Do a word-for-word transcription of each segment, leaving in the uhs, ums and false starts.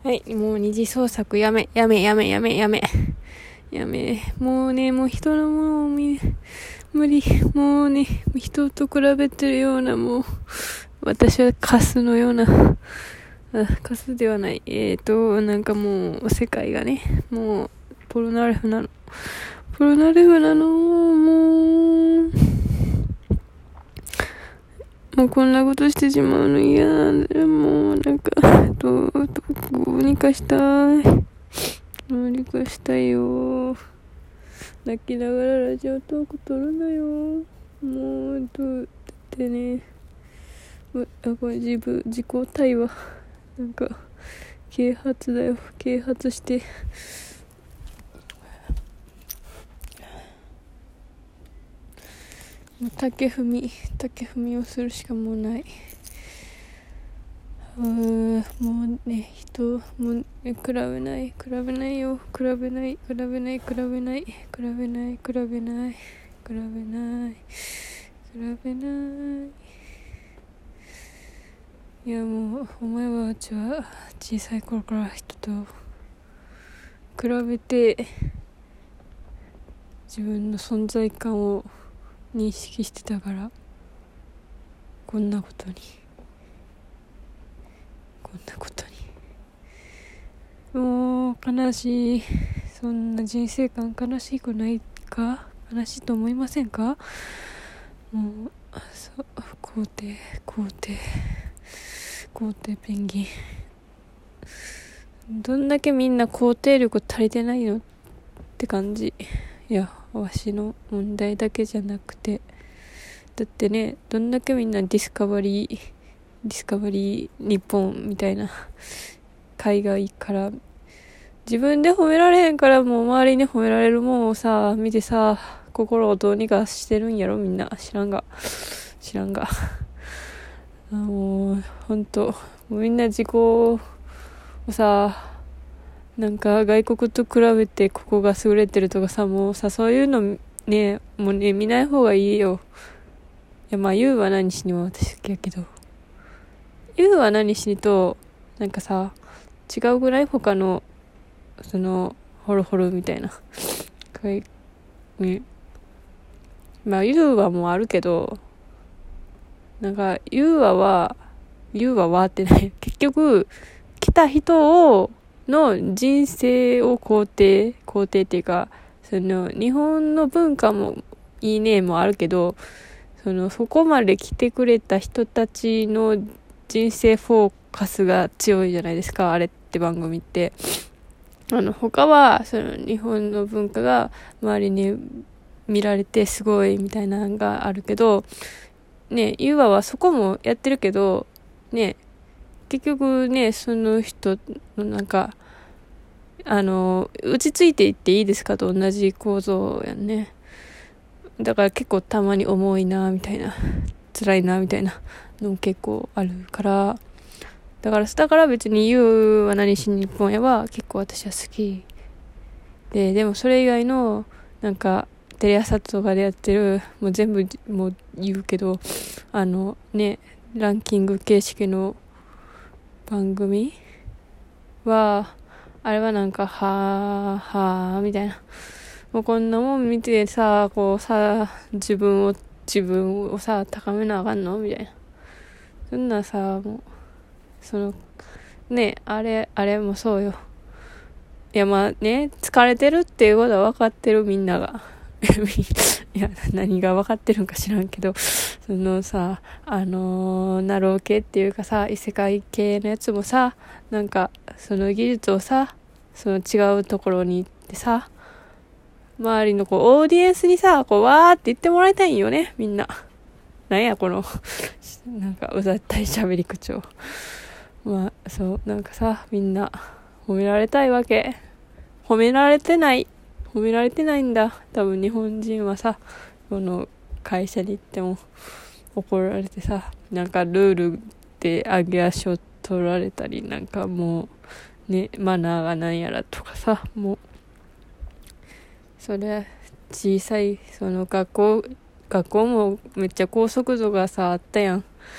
はい、もう二次創作やめ、やめ、やめ、やめ、やめ。やめ。もうね、もう人のものを見、無理。もうね、人と比べてるような、もう、私はカスのような、あ、カスではない。えーと、なんかもう、世界がね、もう、ポルナレフなの。ポルナレフなの、もう、もうこんなことしてしまうの嫌なんだよ。もうなんか、どう、どうにかしたい。どうにかしたいよ。泣きながらラジオトーク撮るなよ。もう、どう、だってね、あ、これ自分、自己対話。なんか、啓発だよ。啓発して。竹踏み、竹踏みをするしかもうない。うーもうね、人も比べない比べないよ、比べない比べない比べない比べない比べない比べない比べない。いやもうお前はうちは小さい頃から人と比べて自分の存在感を認識してたから、こんなことにこんなことにもう悲しい。そんな人生観悲しくないか？悲しいと思いませんか？もうそう皇帝皇帝皇帝ペンギン、どんだけみんな肯定力足りてないのって感じ。いやわしの問題だけじゃなくて、だってね、どんだけみんなディスカバリーディスカバリー日本みたいな海外から自分で褒められへんから、もう周りに褒められるもんをさ見てさ、心をどうにかしてるんやろみんな。知らんが知らんがあ、もうほんとみんな自己をさ、なんか外国と比べてここが優れてるとかさ、もうさそういうのね、もうね見ない方がいいよ。いやまあ言うは何しにも私好きやけど、言うは何しにとなんかさ違うぐらい他のそのホロホロみたいなね、まあ言うはもうあるけど、なんか言うはは言うははってね、結局来た人をの人生を肯定肯定っていうか、その日本の文化もいいねもあるけど、そのそこまで来てくれた人たちの人生フォーカスが強いじゃないですか、あれって番組って。あの他はその日本の文化が周りに見られてすごいみたいなのがあるけどね、ユーアはそこもやってるけどね、結局ねその人のなんかあの落ち着いていっていいですかと同じ構造やんね。だから結構たまに重いなみたいな、辛いなみたいなのも結構あるから、だからだから別に ユー は何しに日本やは結構私は好きで、でもそれ以外のなんかテレ朝とかでやってるもう全部もう言うけど、あのねランキング形式の番組はあれはなんかはーはーみたいな、もうこんなもん見てさ、こうさ自分を自分をさ高めなあかんのみたいな、そんなさもうそのねあれあれもそうよ。いやまあね疲れてるっていうことは分かってるみんながいや何が分かってるんか知らんけど、そのさあのー、ナロー系っていうかさ異世界系のやつもさ、なんかその技術をさその違うところに行ってさ、周りのこうオーディエンスにさこうわーって言ってもらいたいんよねみんな。なんやこのなんかうざったい喋り口調。まあそうなんかさみんな褒められたいわけ。褒められてない褒められてないんだ多分日本人はさ。この会社に行っても怒られてさ、なんかルールで上げ足を取られたり、なんかもうねマナーがなんやらとかさ、もうそれは小さいその学校学校もめっちゃ高速度がさあったやん。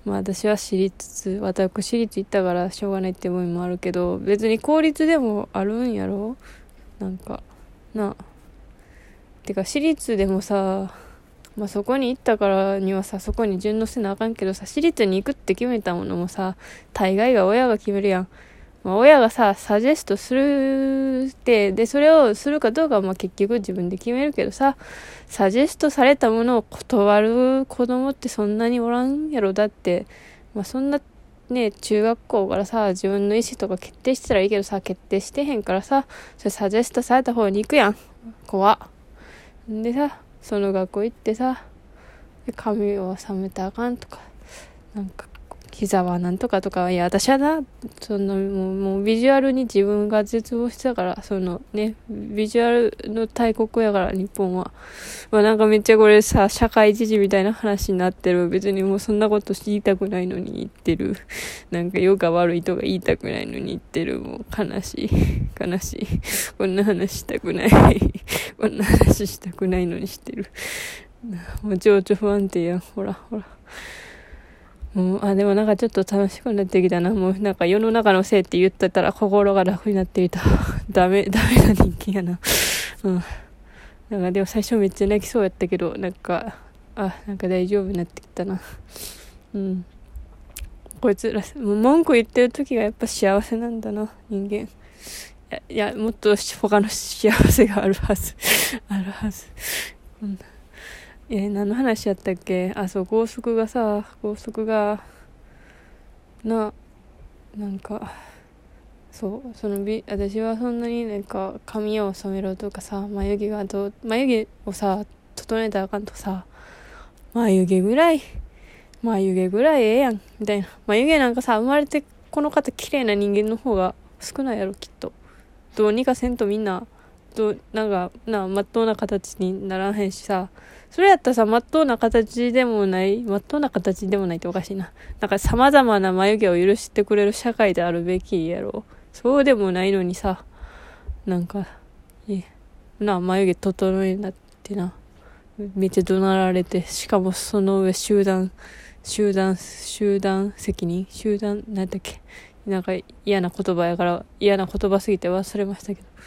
まあ私は私立、私立行ったからしょうがないって部分もあるけど、別に公立でもあるんやろなんか、なあ。てか私立でもさ、まあそこに行ったからにはさ、そこに順応せなあかんけどさ、私立に行くって決めたものもさ、大概が親が決めるやん。まあ、親がさ、サジェストするって、で、それをするかどうかはまあ結局自分で決めるけどさ、サジェストされたものを断る子供ってそんなにおらんやろ。だって、まあそんなね、中学校からさ、自分の意思とか決定してたらいいけどさ、決定してへんからさ、それサジェストされた方に行くやん、子は。んでさ、その学校行ってさ、髪を染めたらあかんとか、なんか、膝はなんとかとか、いや、私はな、そのもう、もうビジュアルに自分が絶望してたから、そのね、ビジュアルの大国やから、日本は。まあなんかめっちゃこれさ、社会時事みたいな話になってる。別にもうそんなこと言いたくないのに言ってる。なんか良か悪いとか言いたくないのに言ってる。もう悲しい。悲しい。こんな話したくない。こんな話したくないのにしてる。もう情緒不安定やん。ほら、ほら。もうあでもなんかちょっと楽しくなってきたな。もうなんか世の中のせいって言ってたら心が楽になっていた。ダメ、ダメな人間やな。うん。なんかでも最初めっちゃ泣きそうやったけど、なんか、あ、なんか大丈夫になってきたな。うん。こいつら、もう文句言ってる時がやっぱ幸せなんだな、人間。いや、いやもっと他の幸せがあるはず。あるはず。うんえー、何の話やったっけ。あ、そう、高速がさ、高速が、な、なんか、そう、そのび、私はそんなになんか、髪を染めろとかさ、眉毛がどう、眉毛をさ、整えたらあかんとさ、眉毛ぐらい、眉毛ぐらいええやん、みたいな。眉毛なんかさ、生まれてこの方綺麗な人間の方が少ないやろ、きっと。どうにかせんとみんな、どう、なんか、な、まっとうな形にならへんしさ、それやったらさ、まっとうな形でもない、まっとうな形でもないっておかしいな。なんか様々な眉毛を許してくれる社会であるべきやろ。そうでもないのにさ、なんか、え、な、眉毛整えなってな。めっちゃ怒鳴られて、しかもその上集団、集団、集団責任集団、なんだっけなんか嫌な言葉やから、嫌な言葉すぎて忘れましたけど。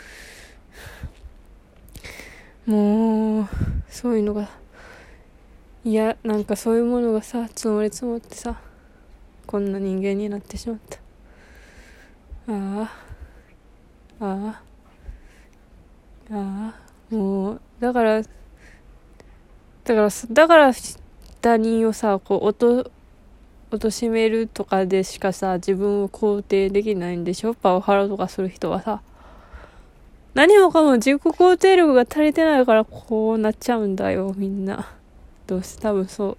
もう、そういうのが、いや、なんかそういうものがさ、積もり積もってさ、こんな人間になってしまった。ああ、ああ、ああ、もう、だから、だから、だから他人をさ、こう、おと、貶めるとかでしかさ、自分を肯定できないんでしょ。パワハラとかする人はさ。何もかも自己肯定力が足りてないからこうなっちゃうんだよ、みんな。どうせ多分そう。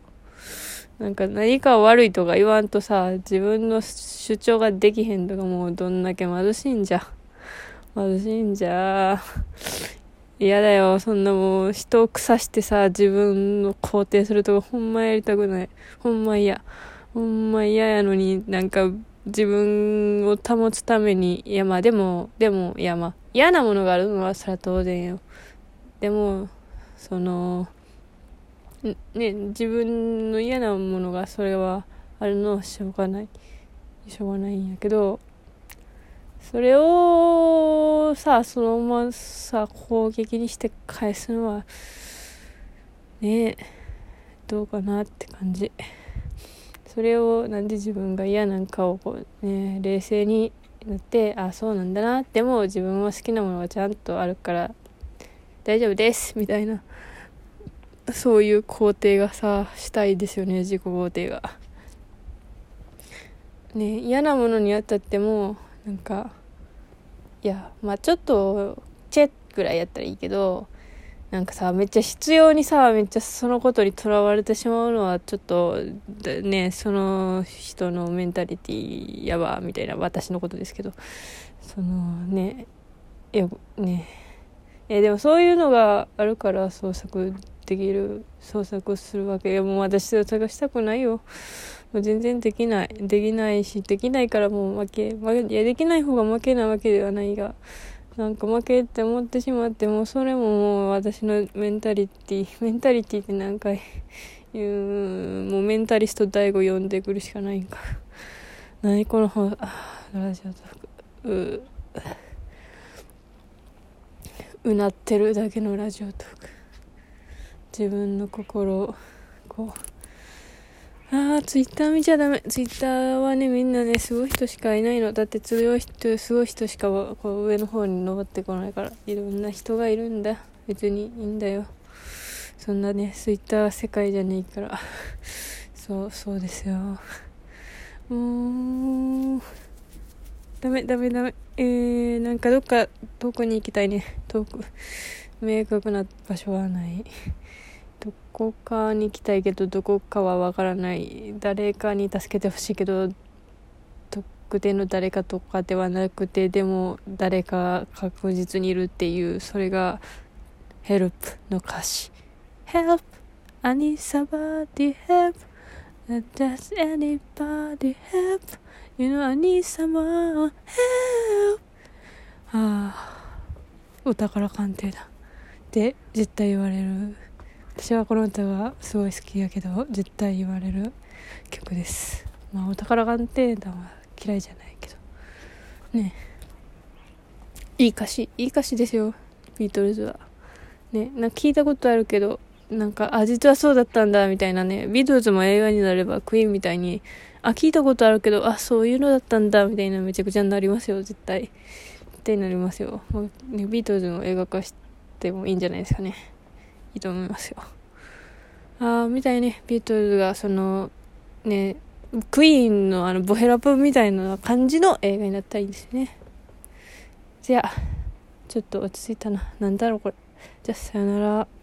なんか何か悪いとか言わんとさ、自分の主張ができへんとかもうどんだけ貧しいんじゃ。貧しいんじゃ。嫌だよ、そんなもう人を腐してさ、自分の肯定するとかほんまやりたくない。ほんま嫌。ほんま嫌やのになんか自分を保つために、いやまあでも、でも、いやまあ嫌なものがあるのはそれは当然よ。でも、その、ね、自分の嫌なものがそれはあるのはしょうがない。しょうがないんやけど、それをさ、そのままさ、攻撃にして返すのは、ね、どうかなって感じ。それをなんで自分が嫌なんかをこう、ね、冷静になって、あ、そうなんだな。でも自分は好きなものがちゃんとあるから大丈夫ですみたいな、そういう肯定がさしたいですよね。自己肯定がね。嫌なものにあったってもなんか、いやまあちょっとチェッぐらいやったらいいけど、なんかさめっちゃ必要にさめっちゃそのことにとらわれてしまうのはちょっとね、その人のメンタリティやばみたいな、私のことですけど、そのね、いやねえでもそういうのがあるから創作できる、創作するわけ。いやもう私創作したくないよ。もう全然できないできないし、できないからもう負け、負けいやできない方が負けなわけではないが、なんか負けって思ってしまって、もうそれももう私のメンタリティメンタリティってなんかいうもうメンタリスト大悟読んでくるしかないんか。何この本、あラジオトーク、ううなってるだけのラジオトーク。自分の心をこう、あーツイッター見ちゃダメ。ツイッターはね、みんなねすごい人しかいないの。だって強い人、すごい人しかこう上の方に登ってこないから。いろんな人がいるんだ。別にいいんだよ。そんなね、ツイッターは世界じゃねえから。そうそうですよ。もうダメダメダメ。えー、なんかどっか遠くに行きたいね。遠く明確な場所はない。どこかに行きたいけどどこかはわからない。誰かに助けてほしいけど特定の誰かとかではなくて、でも誰か確実にいるっていう、それがヘルプの歌詞。 Help, I need somebody help, does anybody help, you know I need someone help。 ああ、お宝鑑定だって絶対言われる。私はこの歌がすごい好きやけど絶対言われる曲です。まあお宝鑑定団は嫌いじゃないけどね。いい歌詞、いい歌詞ですよ、ビートルズはね。なんか聞いたことあるけど、なんかあ実はそうだったんだみたいなね。ビートルズも映画になればクイーンみたいに、あ聞いたことあるけどあそういうのだったんだみたいな、めちゃくちゃになりますよ。絶対絶対なりますよ、まあね、ビートルズの映画化してもいいんじゃないですかね。いいと思いますよ。あーみたいね。ビートルズがそのねクイーンのあのボヘラプみたいな感じの映画になったらいいんですよね。じゃあちょっと落ち着いたな。なんだろうこれ。じゃあさよなら。